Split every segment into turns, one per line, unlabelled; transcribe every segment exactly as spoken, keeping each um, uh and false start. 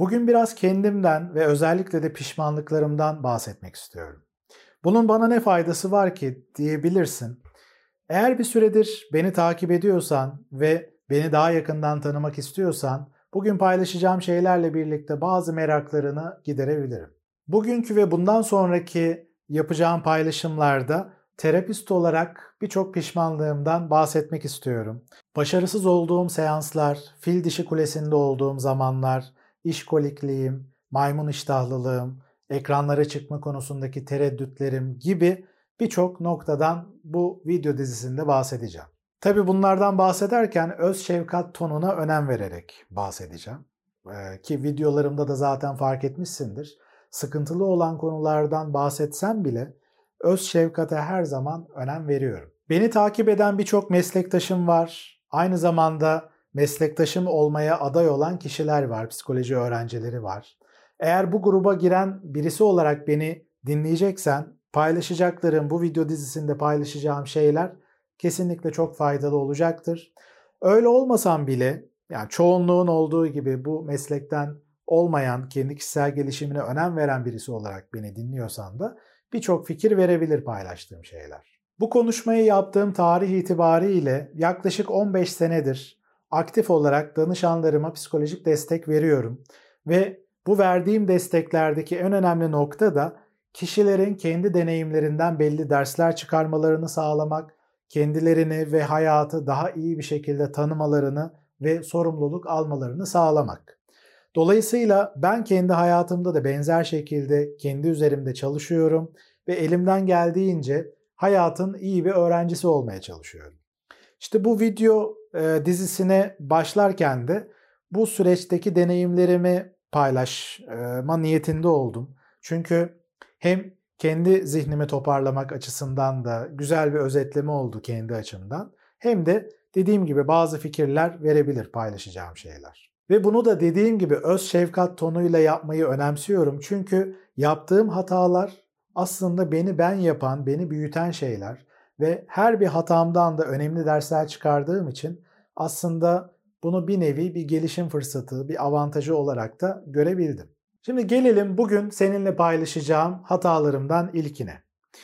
Bugün biraz kendimden ve özellikle de pişmanlıklarımdan bahsetmek istiyorum. Bunun bana ne faydası var ki diyebilirsin. Eğer bir süredir beni takip ediyorsan ve beni daha yakından tanımak istiyorsan, bugün paylaşacağım şeylerle birlikte bazı meraklarını giderebilirim. Bugünkü ve bundan sonraki yapacağım paylaşımlarda terapist olarak birçok pişmanlığımdan bahsetmek istiyorum. Başarısız olduğum seanslar, fil dişi kulesinde olduğum zamanlar, işkolikliğim, maymun iştahlılığım, ekranlara çıkma konusundaki tereddütlerim gibi birçok noktadan bu video dizisinde bahsedeceğim. Tabii bunlardan bahsederken öz şefkat tonuna önem vererek bahsedeceğim. Ee, ki videolarımda da zaten fark etmişsindir. Sıkıntılı olan konulardan bahsetsem bile öz şefkate her zaman önem veriyorum. Beni takip eden birçok meslektaşım var. Aynı zamanda meslektaşım olmaya aday olan kişiler var, psikoloji öğrencileri var. Eğer bu gruba giren birisi olarak beni dinleyeceksen, paylaşacaklarım, bu video dizisinde paylaşacağım şeyler kesinlikle çok faydalı olacaktır. Öyle olmasam bile, yani çoğunluğun olduğu gibi bu meslekten olmayan, kendi kişisel gelişimine önem veren birisi olarak beni dinliyorsan da birçok fikir verebilir paylaştığım şeyler. Bu konuşmayı yaptığım tarih itibariyle yaklaşık on beş senedir aktif olarak danışanlarıma psikolojik destek veriyorum ve bu verdiğim desteklerdeki en önemli nokta da kişilerin kendi deneyimlerinden belli dersler çıkarmalarını sağlamak, kendilerini ve hayatı daha iyi bir şekilde tanımalarını ve sorumluluk almalarını sağlamak. Dolayısıyla ben kendi hayatımda da benzer şekilde kendi üzerimde çalışıyorum ve elimden geldiğince hayatın iyi bir öğrencisi olmaya çalışıyorum. İşte bu video e, dizisine başlarken de bu süreçteki deneyimlerimi paylaşma niyetinde oldum. Çünkü hem kendi zihnimi toparlamak açısından da güzel bir özetleme oldu kendi açımdan. Hem de dediğim gibi bazı fikirler verebilir paylaşacağım şeyler. Ve bunu da dediğim gibi öz şefkat tonuyla yapmayı önemsiyorum. Çünkü yaptığım hatalar aslında beni ben yapan, beni büyüten şeyler. Ve her bir hatamdan da önemli dersler çıkardığım için aslında bunu bir nevi bir gelişim fırsatı, bir avantajı olarak da görebildim. Şimdi gelelim bugün seninle paylaşacağım hatalarımdan ilkine.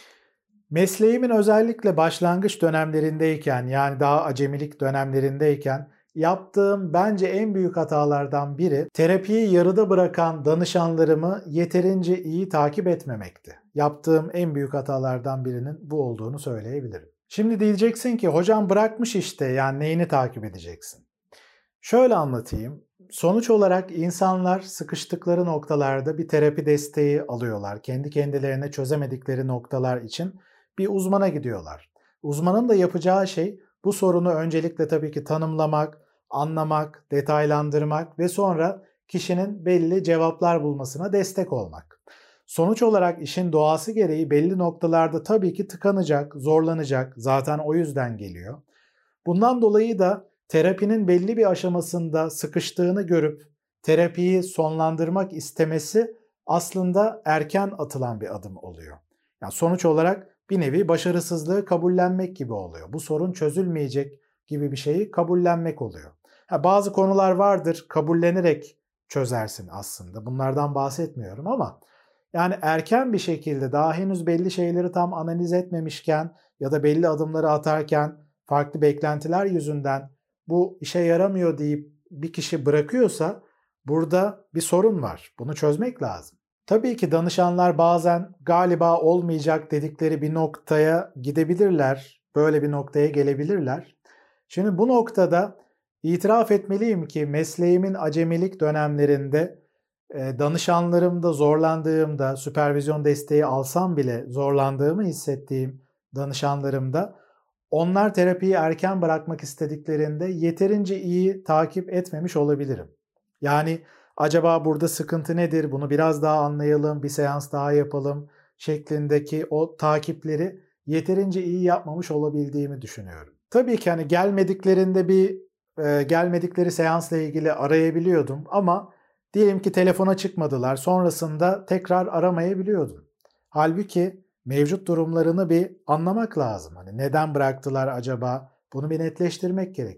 Mesleğimin özellikle başlangıç dönemlerindeyken, yani daha acemilik dönemlerindeyken yaptığım bence en büyük hatalardan biri terapiyi yarıda bırakan danışanlarımı yeterince iyi takip etmemekti. Yaptığım en büyük hatalardan birinin bu olduğunu söyleyebilirim. Şimdi diyeceksin ki hocam bırakmış işte, yani neyini takip edeceksin? Şöyle anlatayım. Sonuç olarak insanlar sıkıştıkları noktalarda bir terapi desteği alıyorlar. Kendi kendilerine çözemedikleri noktalar için bir uzmana gidiyorlar. Uzmanın da yapacağı şey bu sorunu öncelikle tabii ki tanımlamak, anlamak, detaylandırmak ve sonra kişinin belli cevaplar bulmasına destek olmak. Sonuç olarak işin doğası gereği belli noktalarda tabii ki tıkanacak, zorlanacak. Zaten o yüzden geliyor. Bundan dolayı da terapinin belli bir aşamasında sıkıştığını görüp terapiyi sonlandırmak istemesi aslında erken atılan bir adım oluyor. Yani sonuç olarak bir nevi başarısızlığı kabullenmek gibi oluyor. Bu sorun çözülmeyecek gibi bir şeyi kabullenmek oluyor. Ha, bazı konular vardır, kabullenerek çözersin aslında. Bunlardan bahsetmiyorum ama yani erken bir şekilde daha henüz belli şeyleri tam analiz etmemişken ya da belli adımları atarken farklı beklentiler yüzünden bu işe yaramıyor deyip bir kişi bırakıyorsa burada bir sorun var. Bunu çözmek lazım. Tabii ki danışanlar bazen galiba olmayacak dedikleri bir noktaya gidebilirler. Böyle bir noktaya gelebilirler. Şimdi bu noktada itiraf etmeliyim ki mesleğimin acemilik dönemlerinde danışanlarımda zorlandığımda, süpervizyon desteği alsam bile zorlandığımı hissettiğim danışanlarımda onlar terapiyi erken bırakmak istediklerinde yeterince iyi takip etmemiş olabilirim. Yani acaba burada sıkıntı nedir? Bunu biraz daha anlayalım, bir seans daha yapalım şeklindeki o takipleri yeterince iyi yapmamış olabildiğimi düşünüyorum. Tabii ki hani gelmediklerinde bir e, gelmedikleri seansla ilgili arayabiliyordum ama diyelim ki telefona çıkmadılar. Sonrasında tekrar aramayabiliyordum. Halbuki mevcut durumlarını bir anlamak lazım. Hani neden bıraktılar acaba? Bunu bir netleştirmek gerekir.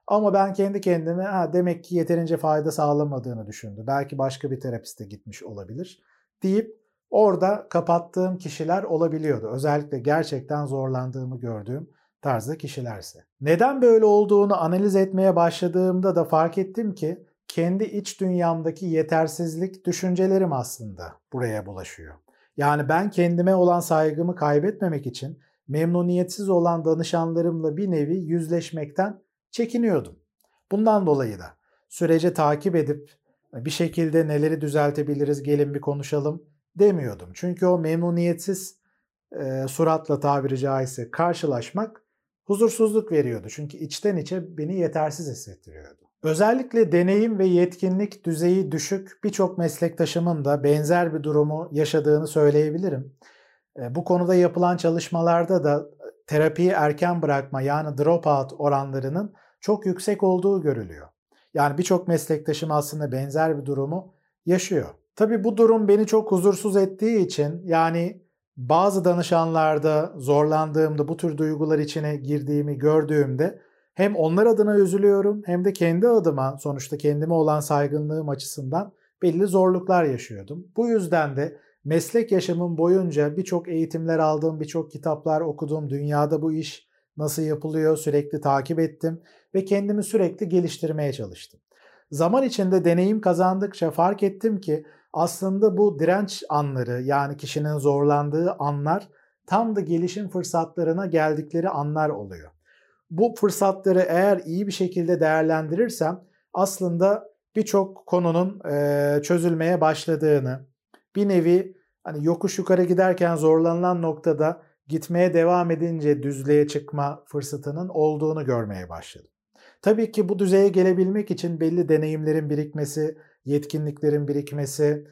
Ama ben kendi kendime ha, demek ki yeterince fayda sağlamadığını düşündü. Belki başka bir terapiste gitmiş olabilir deyip orada kapattığım kişiler olabiliyordu. Özellikle gerçekten zorlandığımı gördüğüm tarzda kişilerse. Neden böyle olduğunu analiz etmeye başladığımda da fark ettim ki kendi iç dünyamdaki yetersizlik düşüncelerim aslında buraya bulaşıyor. Yani ben kendime olan saygımı kaybetmemek için memnuniyetsiz olan danışanlarımla bir nevi yüzleşmekten çekiniyordum. Bundan dolayı da süreci takip edip bir şekilde neleri düzeltebiliriz gelin bir konuşalım demiyordum. Çünkü o memnuniyetsiz e, suratla tabiri caizse karşılaşmak huzursuzluk veriyordu. Çünkü içten içe beni yetersiz hissettiriyordu. Özellikle deneyim ve yetkinlik düzeyi düşük birçok meslektaşımın da benzer bir durumu yaşadığını söyleyebilirim. Bu konuda yapılan çalışmalarda da terapiyi erken bırakma yani dropout oranlarının çok yüksek olduğu görülüyor. Yani birçok meslektaşım aslında benzer bir durumu yaşıyor. Tabii bu durum beni çok huzursuz ettiği için yani bazı danışanlarda zorlandığımda bu tür duygular içine girdiğimi gördüğümde hem onlar adına üzülüyorum hem de kendi adıma sonuçta kendime olan saygınlığım açısından belli zorluklar yaşıyordum. Bu yüzden de meslek yaşamım boyunca birçok eğitimler aldım, birçok kitaplar okudum, dünyada bu iş nasıl yapılıyor sürekli takip ettim ve kendimi sürekli geliştirmeye çalıştım. Zaman içinde deneyim kazandıkça fark ettim ki aslında bu direnç anları yani kişinin zorlandığı anlar tam da gelişim fırsatlarına geldikleri anlar oluyor. Bu fırsatları eğer iyi bir şekilde değerlendirirsem aslında birçok konunun çözülmeye başladığını, bir nevi hani yokuş yukarı giderken zorlanılan noktada gitmeye devam edince düzlüğe çıkma fırsatının olduğunu görmeye başladım. Tabii ki bu düzeye gelebilmek için belli deneyimlerin birikmesi, yetkinliklerin birikmesi,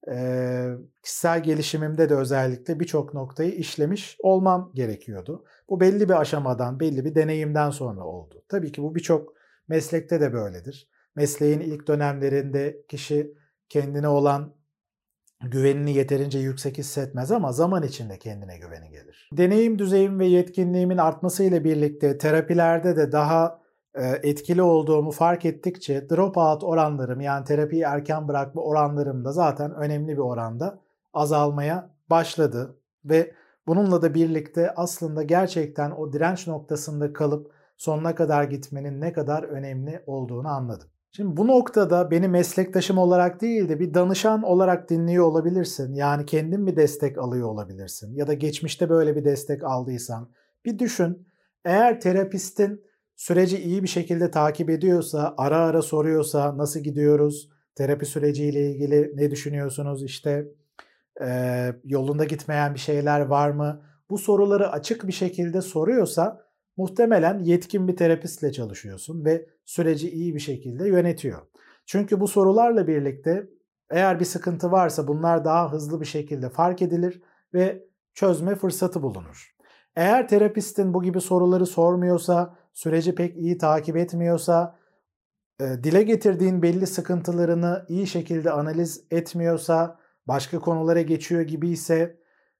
e, kişisel gelişimimde de özellikle birçok noktayı işlemiş olmam gerekiyordu. Bu belli bir aşamadan, belli bir deneyimden sonra oldu. Tabii ki bu birçok meslekte de böyledir. Mesleğin ilk dönemlerinde kişi kendine olan güvenini yeterince yüksek hissetmez ama zaman içinde kendine güveni gelir. Deneyim düzeyim ve yetkinliğimin artmasıyla birlikte terapilerde de daha etkili olduğumu fark ettikçe dropout oranlarım yani terapiyi erken bırakma oranlarım da zaten önemli bir oranda azalmaya başladı ve bununla da birlikte aslında gerçekten o direnç noktasında kalıp sonuna kadar gitmenin ne kadar önemli olduğunu anladım. Şimdi bu noktada beni meslektaşım olarak değil de bir danışan olarak dinliyor olabilirsin. Yani kendin bir destek alıyor olabilirsin. Ya da geçmişte böyle bir destek aldıysan bir düşün. Eğer terapistin süreci iyi bir şekilde takip ediyorsa, ara ara soruyorsa nasıl gidiyoruz, terapi süreciyle ilgili ne düşünüyorsunuz, işte e, yolunda gitmeyen bir şeyler var mı? Bu soruları açık bir şekilde soruyorsa muhtemelen yetkin bir terapistle çalışıyorsun ve süreci iyi bir şekilde yönetiyor. Çünkü bu sorularla birlikte eğer bir sıkıntı varsa bunlar daha hızlı bir şekilde fark edilir ve çözme fırsatı bulunur. Eğer terapistin bu gibi soruları sormuyorsa, süreci pek iyi takip etmiyorsa, dile getirdiğin belli sıkıntılarını iyi şekilde analiz etmiyorsa, başka konulara geçiyor gibi ise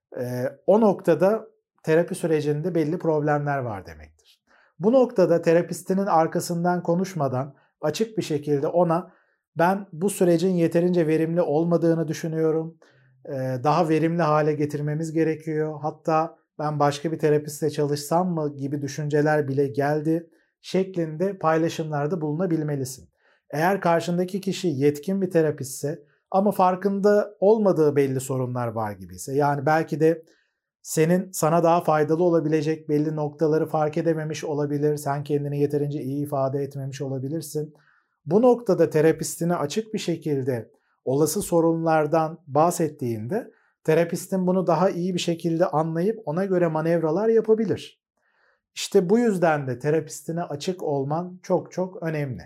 o noktada terapi sürecinde belli problemler var demektir. Bu noktada terapistinin arkasından konuşmadan açık bir şekilde ona ben bu sürecin yeterince verimli olmadığını düşünüyorum, daha verimli hale getirmemiz gerekiyor, hatta ben başka bir terapistle çalışsam mı gibi düşünceler bile geldi şeklinde paylaşımlarda bulunabilmelisin. Eğer karşındaki kişi yetkin bir terapistse ama farkında olmadığı belli sorunlar var gibiyse, yani belki de senin sana daha faydalı olabilecek belli noktaları fark edememiş olabilir, sen kendini yeterince iyi ifade etmemiş olabilirsin. Bu noktada terapistine açık bir şekilde olası sorunlardan bahsettiğinde terapistin bunu daha iyi bir şekilde anlayıp ona göre manevralar yapabilir. İşte bu yüzden de terapistine açık olman çok çok önemli.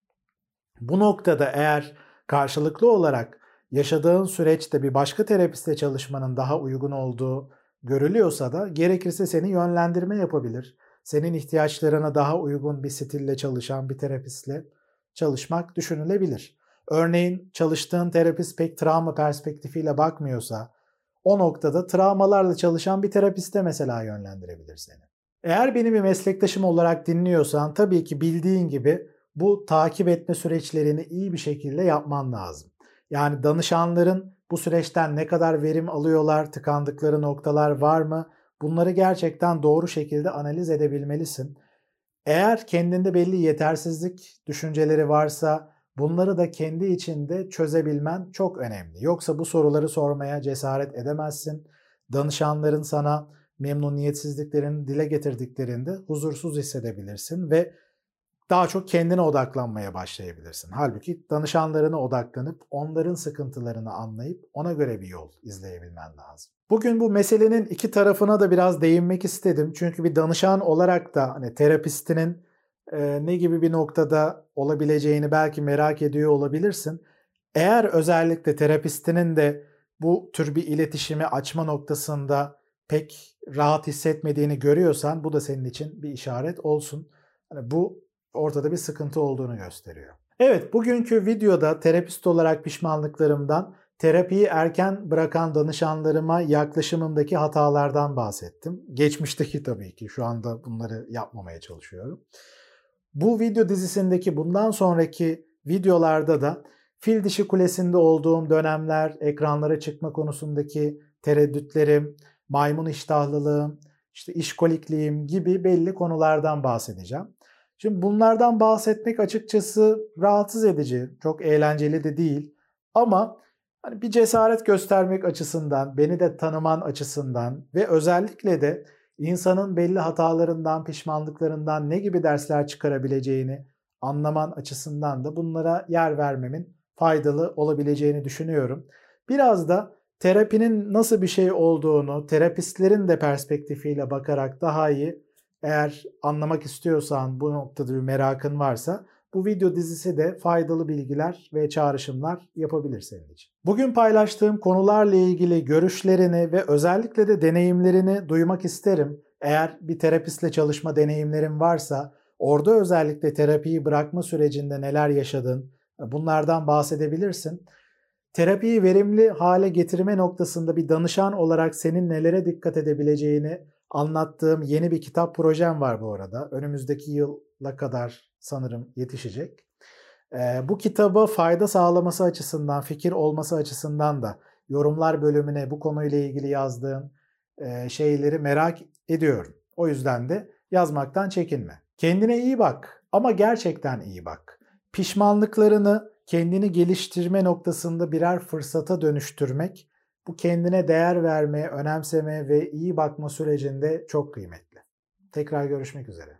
Bu noktada eğer karşılıklı olarak yaşadığın süreçte bir başka terapistle çalışmanın daha uygun olduğu görülüyorsa da gerekirse seni yönlendirme yapabilir. Senin ihtiyaçlarına daha uygun bir stille çalışan bir terapistle çalışmak düşünülebilir. Örneğin çalıştığın terapist pek travma perspektifiyle bakmıyorsa o noktada travmalarla çalışan bir terapiste mesela yönlendirebilir seni. Eğer beni bir meslektaşım olarak dinliyorsan tabii ki bildiğin gibi bu takip etme süreçlerini iyi bir şekilde yapman lazım. Yani danışanların bu süreçten ne kadar verim alıyorlar, tıkandıkları noktalar var mı? Bunları gerçekten doğru şekilde analiz edebilmelisin. Eğer kendinde belli yetersizlik düşünceleri varsa bunları da kendi içinde çözebilmen çok önemli. Yoksa bu soruları sormaya cesaret edemezsin. Danışanların sana memnuniyetsizliklerini dile getirdiklerinde huzursuz hissedebilirsin ve daha çok kendine odaklanmaya başlayabilirsin. Halbuki danışanlarına odaklanıp onların sıkıntılarını anlayıp ona göre bir yol izleyebilmen lazım. Bugün bu meselenin iki tarafına da biraz değinmek istedim. Çünkü bir danışan olarak da hani terapistinin e, ne gibi bir noktada olabileceğini belki merak ediyor olabilirsin. Eğer özellikle terapistinin de bu tür bir iletişimi açma noktasında pek rahat hissetmediğini görüyorsan bu da senin için bir işaret olsun. Hani bu ortada bir sıkıntı olduğunu gösteriyor. Evet, bugünkü videoda terapist olarak pişmanlıklarımdan, terapiyi erken bırakan danışanlarıma yaklaşımımdaki hatalardan bahsettim. Geçmişteki tabii ki, şu anda bunları yapmamaya çalışıyorum. Bu video dizisindeki bundan sonraki videolarda da Fil Dişi Kulesi'nde olduğum dönemler, ekranlara çıkma konusundaki tereddütlerim, maymun iştahlılığım, işte işkolikliğim gibi belli konulardan bahsedeceğim. Şimdi bunlardan bahsetmek açıkçası rahatsız edici, çok eğlenceli de değil. Ama hani bir cesaret göstermek açısından, beni de tanıman açısından ve özellikle de insanın belli hatalarından, pişmanlıklarından ne gibi dersler çıkarabileceğini anlaman açısından da bunlara yer vermemin faydalı olabileceğini düşünüyorum. Biraz da terapinin nasıl bir şey olduğunu, terapistlerin de perspektifiyle bakarak daha iyi, eğer anlamak istiyorsan, bu noktada bir merakın varsa bu video dizisi de faydalı bilgiler ve çağrışımlar yapabilir senin için. Bugün paylaştığım konularla ilgili görüşlerini ve özellikle de deneyimlerini duymak isterim. Eğer bir terapistle çalışma deneyimlerin varsa, orada özellikle terapiyi bırakma sürecinde neler yaşadın, bunlardan bahsedebilirsin. Terapiyi verimli hale getirme noktasında bir danışan olarak senin nelere dikkat edebileceğini anlattığım yeni bir kitap projem var bu arada. Önümüzdeki yıla kadar sanırım yetişecek. Ee, bu kitaba fayda sağlaması açısından, fikir olması açısından da yorumlar bölümüne bu konuyla ilgili yazdığım e, şeyleri merak ediyorum. O yüzden de yazmaktan çekinme. Kendine iyi bak ama gerçekten iyi bak. Pişmanlıklarını kendini geliştirme noktasında birer fırsata dönüştürmek, bu kendine değer verme, önemseme ve iyi bakma sürecinde çok kıymetli. Tekrar görüşmek üzere.